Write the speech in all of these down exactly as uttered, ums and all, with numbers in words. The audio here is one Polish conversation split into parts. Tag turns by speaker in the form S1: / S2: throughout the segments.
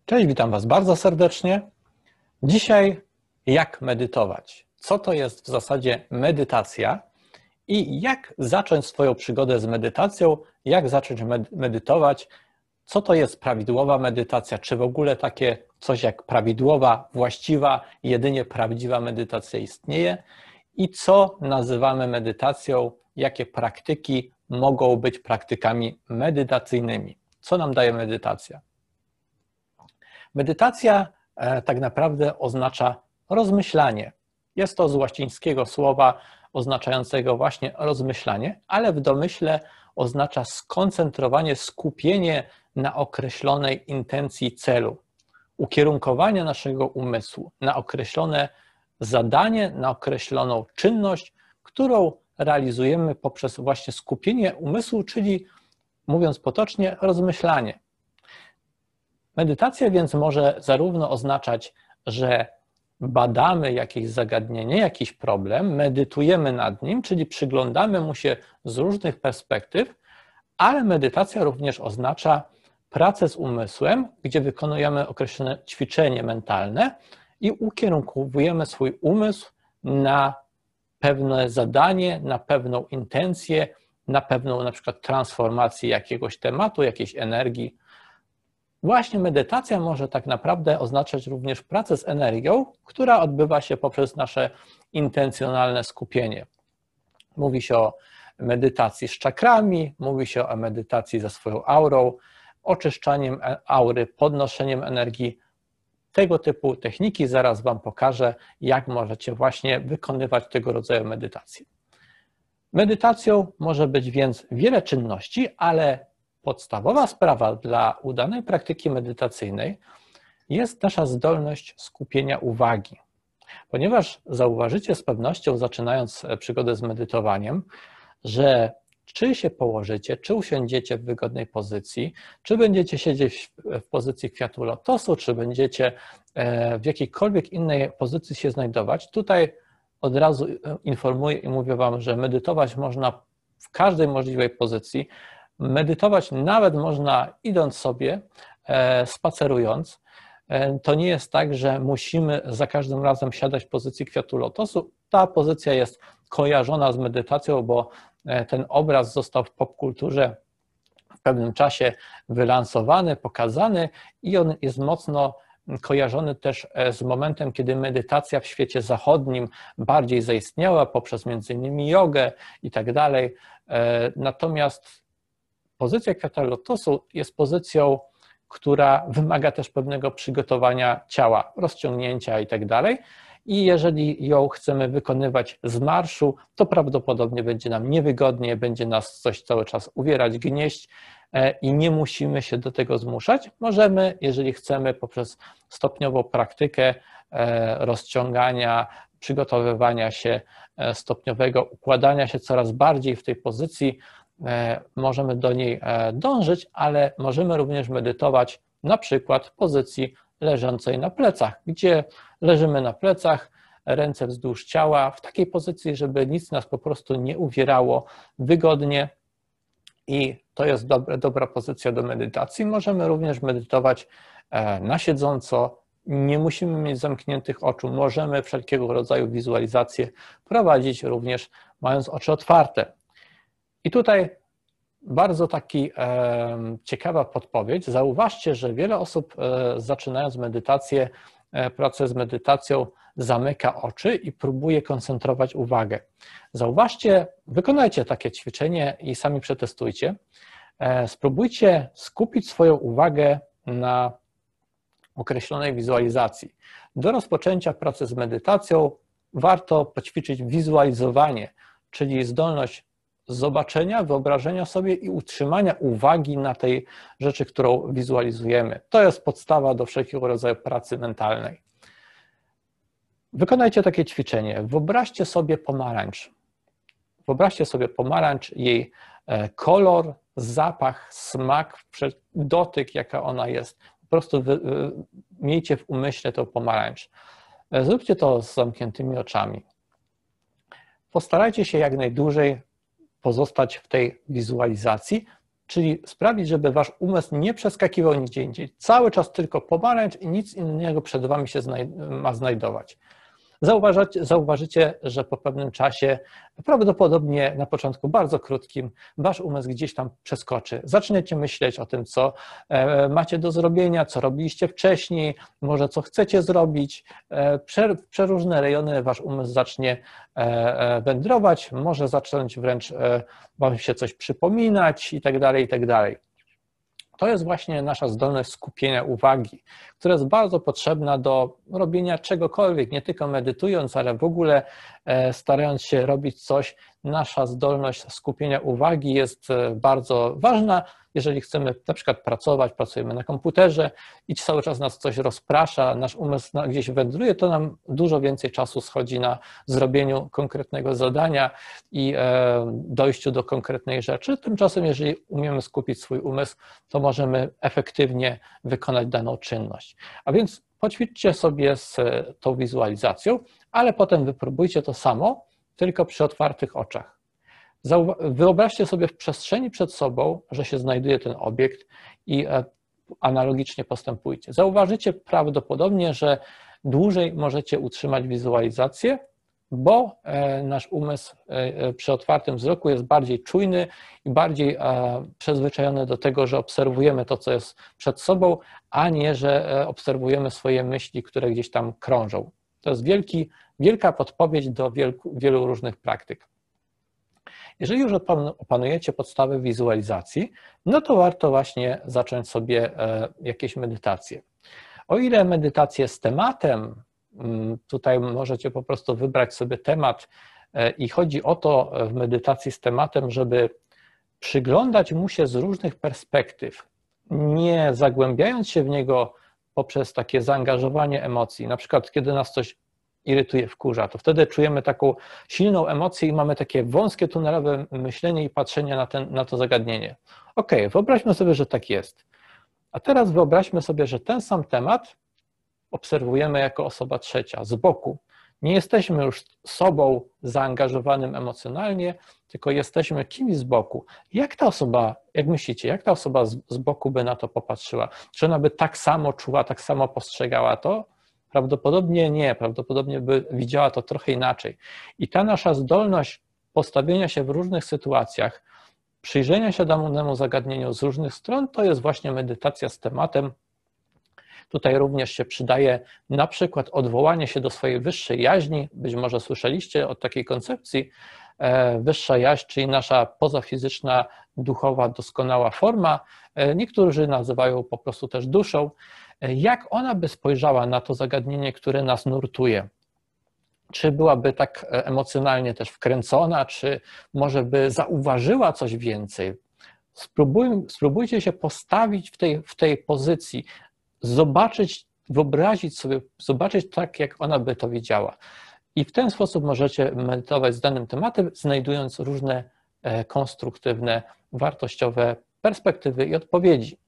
S1: Cześć, witam Was bardzo serdecznie. Dzisiaj jak medytować? Co to jest w zasadzie medytacja i jak zacząć swoją przygodę z medytacją, jak zacząć medytować, co to jest prawidłowa medytacja, czy w ogóle takie coś jak prawidłowa, właściwa, jedynie prawdziwa medytacja istnieje i co nazywamy medytacją, jakie praktyki mogą być praktykami medytacyjnymi. Co nam daje medytacja? Medytacja tak naprawdę oznacza rozmyślanie. Jest to z łacińskiego słowa oznaczającego właśnie rozmyślanie, ale w domyśle oznacza skoncentrowanie, skupienie na określonej intencji celu, ukierunkowanie naszego umysłu na określone zadanie, na określoną czynność, którą realizujemy poprzez właśnie skupienie umysłu, czyli mówiąc potocznie, rozmyślanie. Medytacja więc może zarówno oznaczać, że badamy jakieś zagadnienie, jakiś problem, medytujemy nad nim, czyli przyglądamy mu się z różnych perspektyw, ale medytacja również oznacza pracę z umysłem, gdzie wykonujemy określone ćwiczenie mentalne i ukierunkowujemy swój umysł na pewne zadanie, na pewną intencję, na pewną na przykład transformację jakiegoś tematu, jakiejś energii. Właśnie medytacja może tak naprawdę oznaczać również pracę z energią, która odbywa się poprzez nasze intencjonalne skupienie. Mówi się o medytacji z czakrami, mówi się o medytacji ze swoją aurą, oczyszczaniem aury, podnoszeniem energii. Tego typu techniki zaraz Wam pokażę, jak możecie właśnie wykonywać tego rodzaju medytacje. Medytacją może być więc wiele czynności, ale podstawowa sprawa dla udanej praktyki medytacyjnej jest nasza zdolność skupienia uwagi. Ponieważ zauważycie z pewnością, zaczynając przygodę z medytowaniem, że czy się położycie, czy usiądziecie w wygodnej pozycji, czy będziecie siedzieć w pozycji kwiatu lotosu, czy będziecie w jakiejkolwiek innej pozycji się znajdować, tutaj od razu informuję i mówię Wam, że medytować można w każdej możliwej pozycji. Medytować nawet można idąc sobie, spacerując. To nie jest tak, że musimy za każdym razem siadać w pozycji kwiatu lotosu. Ta pozycja jest kojarzona z medytacją, bo ten obraz został w popkulturze w pewnym czasie wylansowany, pokazany i on jest mocno kojarzony też z momentem, kiedy medytacja w świecie zachodnim bardziej zaistniała poprzez między innymi jogę i tak dalej. Natomiast pozycja kwiata lotosu jest pozycją, która wymaga też pewnego przygotowania ciała, rozciągnięcia i tak dalej. I jeżeli ją chcemy wykonywać z marszu, to prawdopodobnie będzie nam niewygodnie, będzie nas coś cały czas uwierać, gnieść i nie musimy się do tego zmuszać. Możemy, jeżeli chcemy, poprzez stopniową praktykę rozciągania, przygotowywania się stopniowego, układania się coraz bardziej w tej pozycji, możemy do niej dążyć, ale możemy również medytować na przykład w pozycji leżącej na plecach, gdzie leżymy na plecach, ręce wzdłuż ciała, w takiej pozycji, żeby nic nas po prostu nie uwierało, wygodnie i to jest dobra, dobra pozycja do medytacji. Możemy również medytować na siedząco, nie musimy mieć zamkniętych oczu, możemy wszelkiego rodzaju wizualizacje prowadzić również mając oczy otwarte. I tutaj bardzo taki e, ciekawa podpowiedź. Zauważcie, że wiele osób e, zaczynając medytację, e, pracę z medytacją, zamyka oczy i próbuje koncentrować uwagę. Zauważcie, wykonajcie takie ćwiczenie i sami przetestujcie. E, spróbujcie skupić swoją uwagę na określonej wizualizacji. Do rozpoczęcia pracy z medytacją warto poćwiczyć wizualizowanie, czyli zdolność zobaczenia, wyobrażenia sobie i utrzymania uwagi na tej rzeczy, którą wizualizujemy. To jest podstawa do wszelkiego rodzaju pracy mentalnej. Wykonajcie takie ćwiczenie. Wyobraźcie sobie pomarańcz. Wyobraźcie sobie pomarańcz, jej kolor, zapach, smak, dotyk, jaka ona jest. Po prostu wy, miejcie w umyśle tą pomarańcz. Zróbcie to z zamkniętymi oczami. Postarajcie się jak najdłużej pozostać w tej wizualizacji, czyli sprawić, żeby wasz umysł nie przeskakiwał nigdzie indziej. Cały czas tylko pomarańcz i nic innego przed wami się znaj ma znajdować. Zauważacie, zauważycie, że po pewnym czasie, prawdopodobnie na początku bardzo krótkim, wasz umysł gdzieś tam przeskoczy. Zaczniecie myśleć o tym, co macie do zrobienia, co robiliście wcześniej, może co chcecie zrobić. W przeróżne rejony wasz umysł zacznie wędrować, może zacząć wręcz wam się coś przypominać i tak dalej, i tak dalej. To jest właśnie nasza zdolność skupienia uwagi, która jest bardzo potrzebna do robienia czegokolwiek, nie tylko medytując, ale w ogóle starając się robić coś. Nasza zdolność skupienia uwagi jest bardzo ważna, jeżeli chcemy na przykład pracować, pracujemy na komputerze i cały czas nas coś rozprasza, nasz umysł gdzieś wędruje, to nam dużo więcej czasu schodzi na zrobieniu konkretnego zadania i dojściu do konkretnej rzeczy. Tymczasem, jeżeli umiemy skupić swój umysł, to możemy efektywnie wykonać daną czynność. A więc poćwiczcie sobie z tą wizualizacją, ale potem wypróbujcie to samo, tylko przy otwartych oczach. Wyobraźcie sobie w przestrzeni przed sobą, że się znajduje ten obiekt i analogicznie postępujcie. Zauważycie prawdopodobnie, że dłużej możecie utrzymać wizualizację, bo nasz umysł przy otwartym wzroku jest bardziej czujny i bardziej przyzwyczajony do tego, że obserwujemy to, co jest przed sobą, a nie, że obserwujemy swoje myśli, które gdzieś tam krążą. To jest wielki, wielka podpowiedź do wielku, wielu różnych praktyk. Jeżeli już opanujecie podstawy wizualizacji, no to warto właśnie zacząć sobie jakieś medytacje. O ile medytacje z tematem, tutaj możecie po prostu wybrać sobie temat i chodzi o to w medytacji z tematem, żeby przyglądać mu się z różnych perspektyw, nie zagłębiając się w niego poprzez takie zaangażowanie emocji. Na przykład, kiedy nas coś irytuje, wkurza, to wtedy czujemy taką silną emocję i mamy takie wąskie, tunelowe myślenie i patrzenie na, ten, na to zagadnienie. Ok, wyobraźmy sobie, że tak jest. A teraz wyobraźmy sobie, że ten sam temat obserwujemy jako osoba trzecia, z boku. Nie jesteśmy już sobą zaangażowanym emocjonalnie, tylko jesteśmy kimś z boku. Jak ta osoba, jak myślicie, jak ta osoba z, z boku by na to popatrzyła? Czy ona by tak samo czuła, tak samo postrzegała to? Prawdopodobnie nie, prawdopodobnie by widziała to trochę inaczej. I ta nasza zdolność postawienia się w różnych sytuacjach, przyjrzenia się danemu zagadnieniu z różnych stron, to jest właśnie medytacja z tematem. Tutaj również się przydaje na przykład odwołanie się do swojej wyższej jaźni. Być może słyszeliście o takiej koncepcji. Wyższa jaźń, czyli nasza pozafizyczna, duchowa, doskonała forma. Niektórzy nazywają po prostu też duszą. Jak ona by spojrzała na to zagadnienie, które nas nurtuje? Czy byłaby tak emocjonalnie też wkręcona, czy może by zauważyła coś więcej? Spróbuj, spróbujcie się postawić w tej, w tej pozycji, zobaczyć, wyobrazić sobie, zobaczyć tak, jak ona by to widziała. I w ten sposób możecie medytować z danym tematem, znajdując różne konstruktywne, wartościowe perspektywy i odpowiedzi.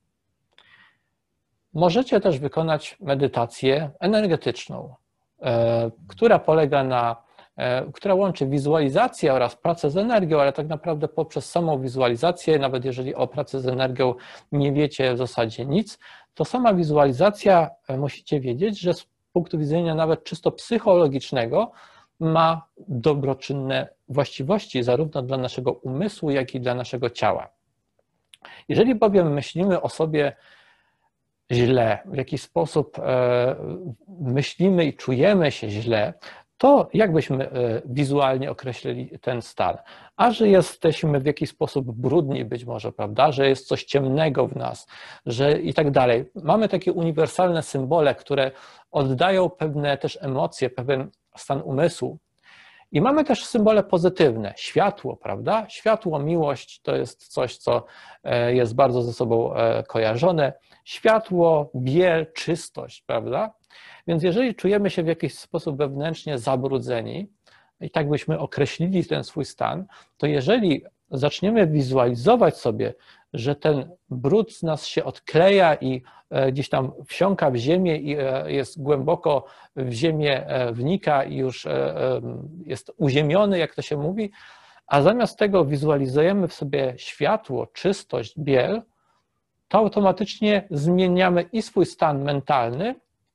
S1: Możecie też wykonać medytację energetyczną, która polega na, która łączy wizualizację oraz pracę z energią, ale tak naprawdę poprzez samą wizualizację, nawet jeżeli o pracy z energią nie wiecie w zasadzie nic, to sama wizualizacja, musicie wiedzieć, że z punktu widzenia nawet czysto psychologicznego ma dobroczynne właściwości zarówno dla naszego umysłu, jak i dla naszego ciała. Jeżeli bowiem myślimy o sobie źle, w jakiś sposób myślimy i czujemy się źle, to jak byśmy wizualnie określili ten stan? A że jesteśmy w jakiś sposób brudni być może, prawda, że jest coś ciemnego w nas, że i tak dalej. Mamy takie uniwersalne symbole, które oddają pewne też emocje, pewien stan umysłu. I mamy też symbole pozytywne, światło, prawda? Światło, miłość to jest coś, co jest bardzo ze sobą kojarzone. Światło, biel, czystość, prawda? Więc jeżeli czujemy się w jakiś sposób wewnętrznie zabrudzeni, i tak byśmy określili ten swój stan, to jeżeli zaczniemy wizualizować sobie, że ten brud z nas się odkleja i gdzieś tam wsiąka w ziemię i jest głęboko w ziemię wnika i już jest uziemiony, jak to się mówi, a zamiast tego wizualizujemy w sobie światło, czystość, biel, to automatycznie zmieniamy i swój stan mentalny,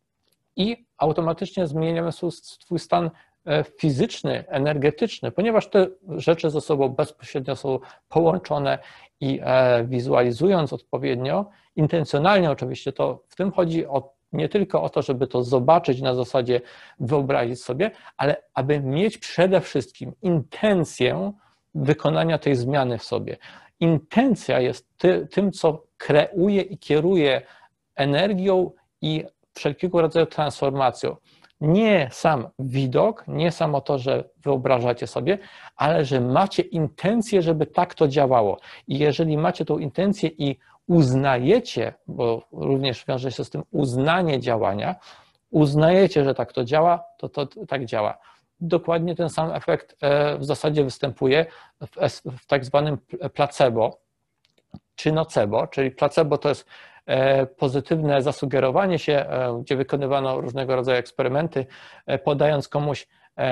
S1: i automatycznie zmieniamy swój stan fizyczny, energetyczny, ponieważ te rzeczy ze sobą bezpośrednio są połączone i wizualizując odpowiednio, intencjonalnie oczywiście, to w tym chodzi o, nie tylko o to, żeby to zobaczyć na zasadzie wyobrazić sobie, ale aby mieć przede wszystkim intencję wykonania tej zmiany w sobie. Intencja jest ty, tym, co kreuje i kieruje energią i wszelkiego rodzaju transformacją. Nie sam widok, nie samo to, że wyobrażacie sobie, ale że macie intencję, żeby tak to działało. I jeżeli macie tą intencję i uznajecie, bo również wiąże się z tym uznanie działania, uznajecie, że tak to działa, to to tak działa. Dokładnie ten sam efekt w zasadzie występuje w tak zwanym placebo czy nocebo, czyli placebo to jest pozytywne zasugerowanie się, gdzie wykonywano różnego rodzaju eksperymenty, podając komuś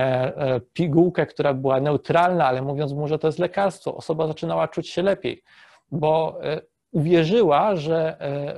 S1: pigułkę, która była neutralna, ale mówiąc mu, że to jest lekarstwo, osoba zaczynała czuć się lepiej, bo uwierzyła, że,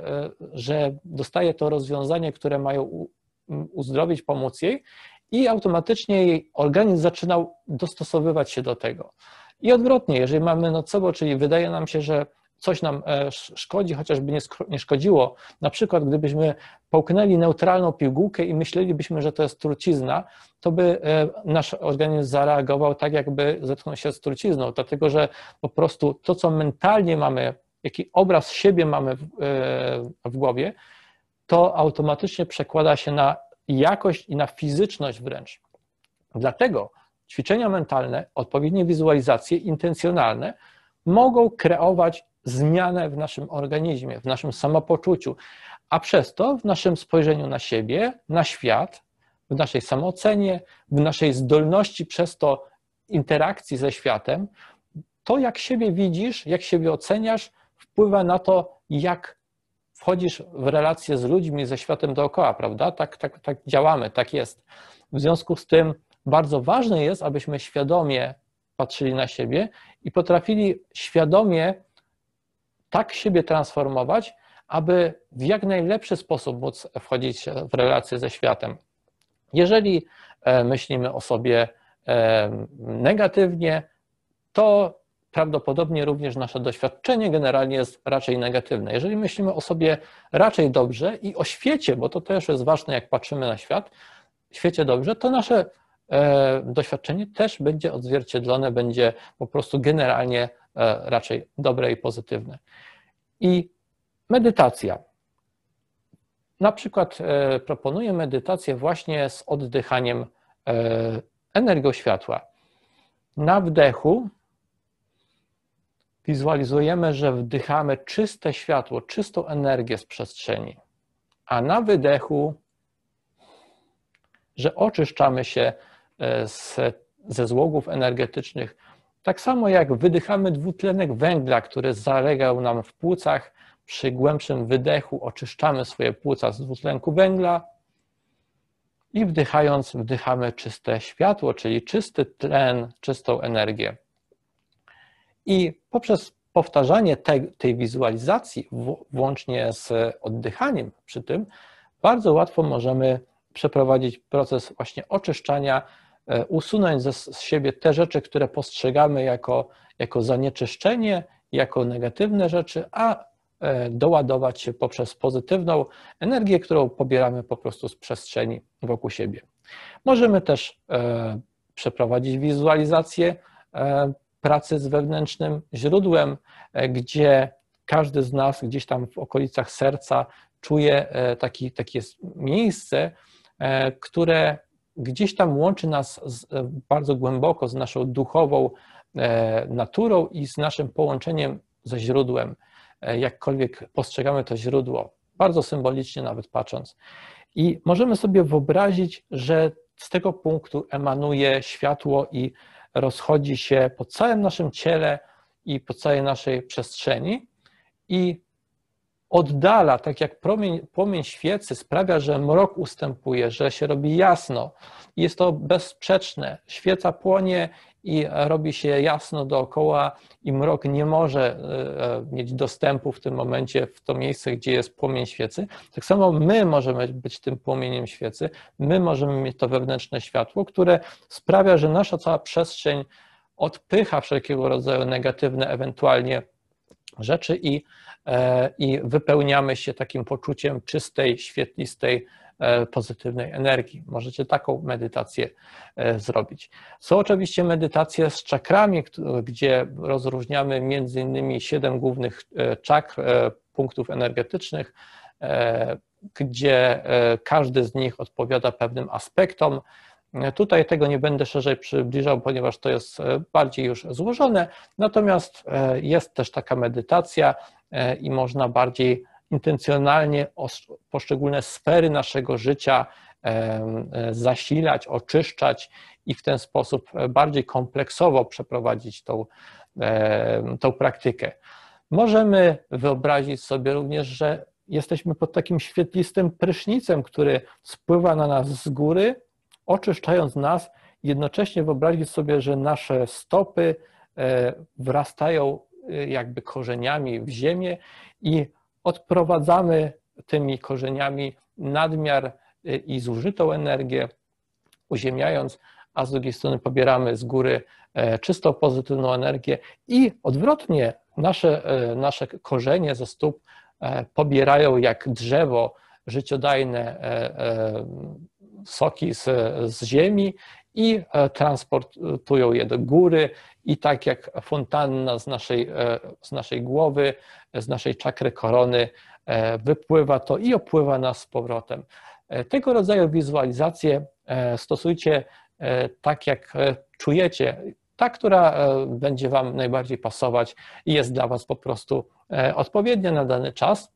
S1: że dostaje to rozwiązanie, które mają uzdrowić, pomóc jej, i automatycznie jej organizm zaczynał dostosowywać się do tego. I odwrotnie, jeżeli mamy nocebo, czyli wydaje nam się, że coś nam szkodzi, chociażby nie szkodziło, na przykład gdybyśmy połknęli neutralną pigułkę i myślelibyśmy, że to jest trucizna, to by nasz organizm zareagował tak, jakby zetknął się z trucizną, dlatego że po prostu to, co mentalnie mamy, jaki obraz siebie mamy w, w głowie, to automatycznie przekłada się na jakość i na fizyczność wręcz. Dlatego ćwiczenia mentalne, odpowiednie wizualizacje intencjonalne mogą kreować zmianę w naszym organizmie, w naszym samopoczuciu, a przez to w naszym spojrzeniu na siebie, na świat, w naszej samoocenie, w naszej zdolności przez to interakcji ze światem. To, jak siebie widzisz, jak siebie oceniasz, wpływa na to, jak wchodzisz w relacje z ludźmi, ze światem dookoła, prawda? Tak, tak, tak działamy, tak jest. W związku z tym bardzo ważne jest, abyśmy świadomie patrzyli na siebie i potrafili świadomie tak siebie transformować, aby w jak najlepszy sposób móc wchodzić w relacje ze światem. Jeżeli myślimy o sobie negatywnie, to prawdopodobnie również nasze doświadczenie generalnie jest raczej negatywne. Jeżeli myślimy o sobie raczej dobrze i o świecie, bo to też jest ważne, jak patrzymy na świat, w świecie dobrze, to nasze doświadczenie też będzie odzwierciedlone, będzie po prostu generalnie raczej dobre i pozytywne. I medytacja. Na przykład proponuję medytację właśnie z oddychaniem energią światła. Na wdechu wizualizujemy, że wdychamy czyste światło, czystą energię z przestrzeni, a na wydechu, że oczyszczamy się z, ze złogów energetycznych, tak samo jak wydychamy dwutlenek węgla, który zalegał nam w płucach, przy głębszym wydechu oczyszczamy swoje płuca z dwutlenku węgla i wdychając wdychamy czyste światło, czyli czysty tlen, czystą energię. I poprzez powtarzanie tej, tej wizualizacji, włącznie z oddychaniem przy tym, bardzo łatwo możemy przeprowadzić proces właśnie oczyszczania, usunąć z siebie te rzeczy, które postrzegamy jako, jako zanieczyszczenie, jako negatywne rzeczy, a doładować się poprzez pozytywną energię, którą pobieramy po prostu z przestrzeni wokół siebie. Możemy też przeprowadzić wizualizację pracy z wewnętrznym źródłem, gdzie każdy z nas gdzieś tam w okolicach serca czuje taki, takie miejsce, które gdzieś tam łączy nas z, bardzo głęboko z naszą duchową naturą i z naszym połączeniem ze źródłem, jakkolwiek postrzegamy to źródło, bardzo symbolicznie nawet patrząc. I możemy sobie wyobrazić, że z tego punktu emanuje światło i rozchodzi się po całym naszym ciele i po całej naszej przestrzeni i oddala, tak jak promień, płomień świecy sprawia, że mrok ustępuje, że się robi jasno. Jest to bezsprzeczne. Świeca płonie i robi się jasno dookoła i mrok nie może mieć dostępu w tym momencie w to miejsce, gdzie jest płomień świecy. Tak samo my możemy być tym płomieniem świecy, my możemy mieć to wewnętrzne światło, które sprawia, że nasza cała przestrzeń odpycha wszelkiego rodzaju negatywne ewentualnie rzeczy i, i wypełniamy się takim poczuciem czystej, świetlistej, pozytywnej energii. Możecie taką medytację zrobić. Są oczywiście medytacje z czakrami, gdzie rozróżniamy między innymi siedem głównych czakr, punktów energetycznych, gdzie każdy z nich odpowiada pewnym aspektom. Tutaj tego nie będę szerzej przybliżał, ponieważ to jest bardziej już złożone, natomiast jest też taka medytacja i można bardziej intencjonalnie poszczególne sfery naszego życia zasilać, oczyszczać i w ten sposób bardziej kompleksowo przeprowadzić tą, tą praktykę. Możemy wyobrazić sobie również, że jesteśmy pod takim świetlistym prysznicem, który spływa na nas z góry, oczyszczając nas, jednocześnie wyobrazić sobie, że nasze stopy wrastają jakby korzeniami w ziemię i odprowadzamy tymi korzeniami nadmiar i zużytą energię, uziemiając, a z drugiej strony pobieramy z góry czystą, pozytywną energię i odwrotnie nasze, nasze korzenie ze stóp pobierają jak drzewo życiodajne soki z, z ziemi i transportują je do góry i tak jak fontanna z naszej, z naszej głowy, z naszej czakry korony wypływa to i opływa nas z powrotem. Tego rodzaju wizualizacje stosujcie tak jak czujecie, ta, która będzie Wam najbardziej pasować i jest dla Was po prostu odpowiednia na dany czas.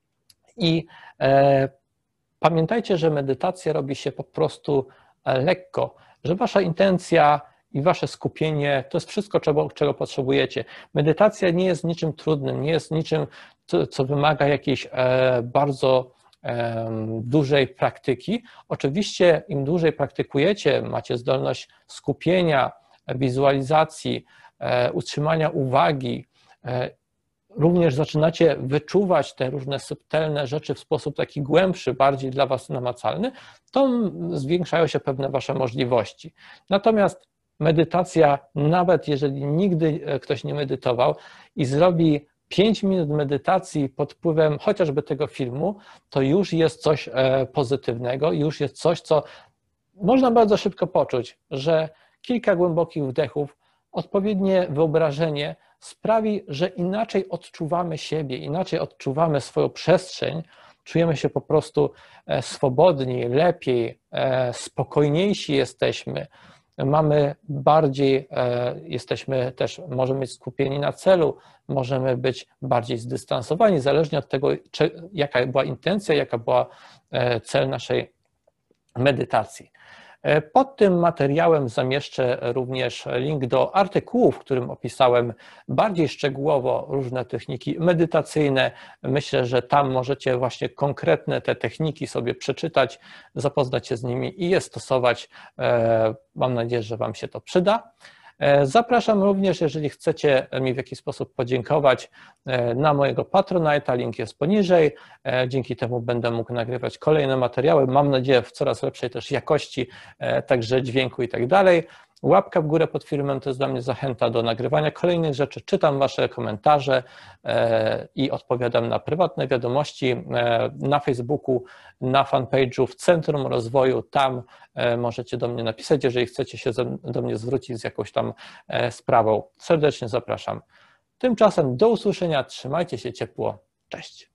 S1: I pamiętajcie, że medytacja robi się po prostu lekko, że Wasza intencja i Wasze skupienie to jest wszystko, czego, czego potrzebujecie. Medytacja nie jest niczym trudnym, nie jest niczym, co, co wymaga jakiejś e, bardzo e, dużej praktyki. Oczywiście im dłużej praktykujecie, macie zdolność skupienia, wizualizacji, e, utrzymania uwagi, e, również zaczynacie wyczuwać te różne subtelne rzeczy w sposób taki głębszy, bardziej dla Was namacalny, to zwiększają się pewne Wasze możliwości. Natomiast medytacja, nawet jeżeli nigdy ktoś nie medytował i zrobi pięć minut medytacji pod wpływem chociażby tego filmu, to już jest coś pozytywnego, już jest coś, co można bardzo szybko poczuć, że kilka głębokich wdechów, odpowiednie wyobrażenie sprawi, że inaczej odczuwamy siebie, inaczej odczuwamy swoją przestrzeń, czujemy się po prostu swobodni, lepiej, spokojniejsi jesteśmy, mamy bardziej, jesteśmy też, możemy być skupieni na celu, możemy być bardziej zdystansowani, zależnie od tego, czy, jaka była intencja, jaka była cel naszej medytacji. Pod tym materiałem zamieszczę również link do artykułu, w którym opisałem bardziej szczegółowo różne techniki medytacyjne. Myślę, że tam możecie właśnie konkretne te techniki sobie przeczytać, zapoznać się z nimi i je stosować. Mam nadzieję, że Wam się to przyda. Zapraszam również, jeżeli chcecie mi w jakiś sposób podziękować, na mojego Patronite'a, link jest poniżej. Dzięki temu będę mógł nagrywać kolejne materiały, mam nadzieję w coraz lepszej też jakości, także dźwięku i tak dalej. Łapka w górę pod filmem to jest dla mnie zachęta do nagrywania kolejnych rzeczy. Czytam Wasze komentarze i odpowiadam na prywatne wiadomości na Facebooku, na fanpage'u w Centrum Rozwoju. Tam możecie do mnie napisać, jeżeli chcecie się do mnie zwrócić z jakąś tam sprawą. Serdecznie zapraszam. Tymczasem do usłyszenia, trzymajcie się ciepło, cześć.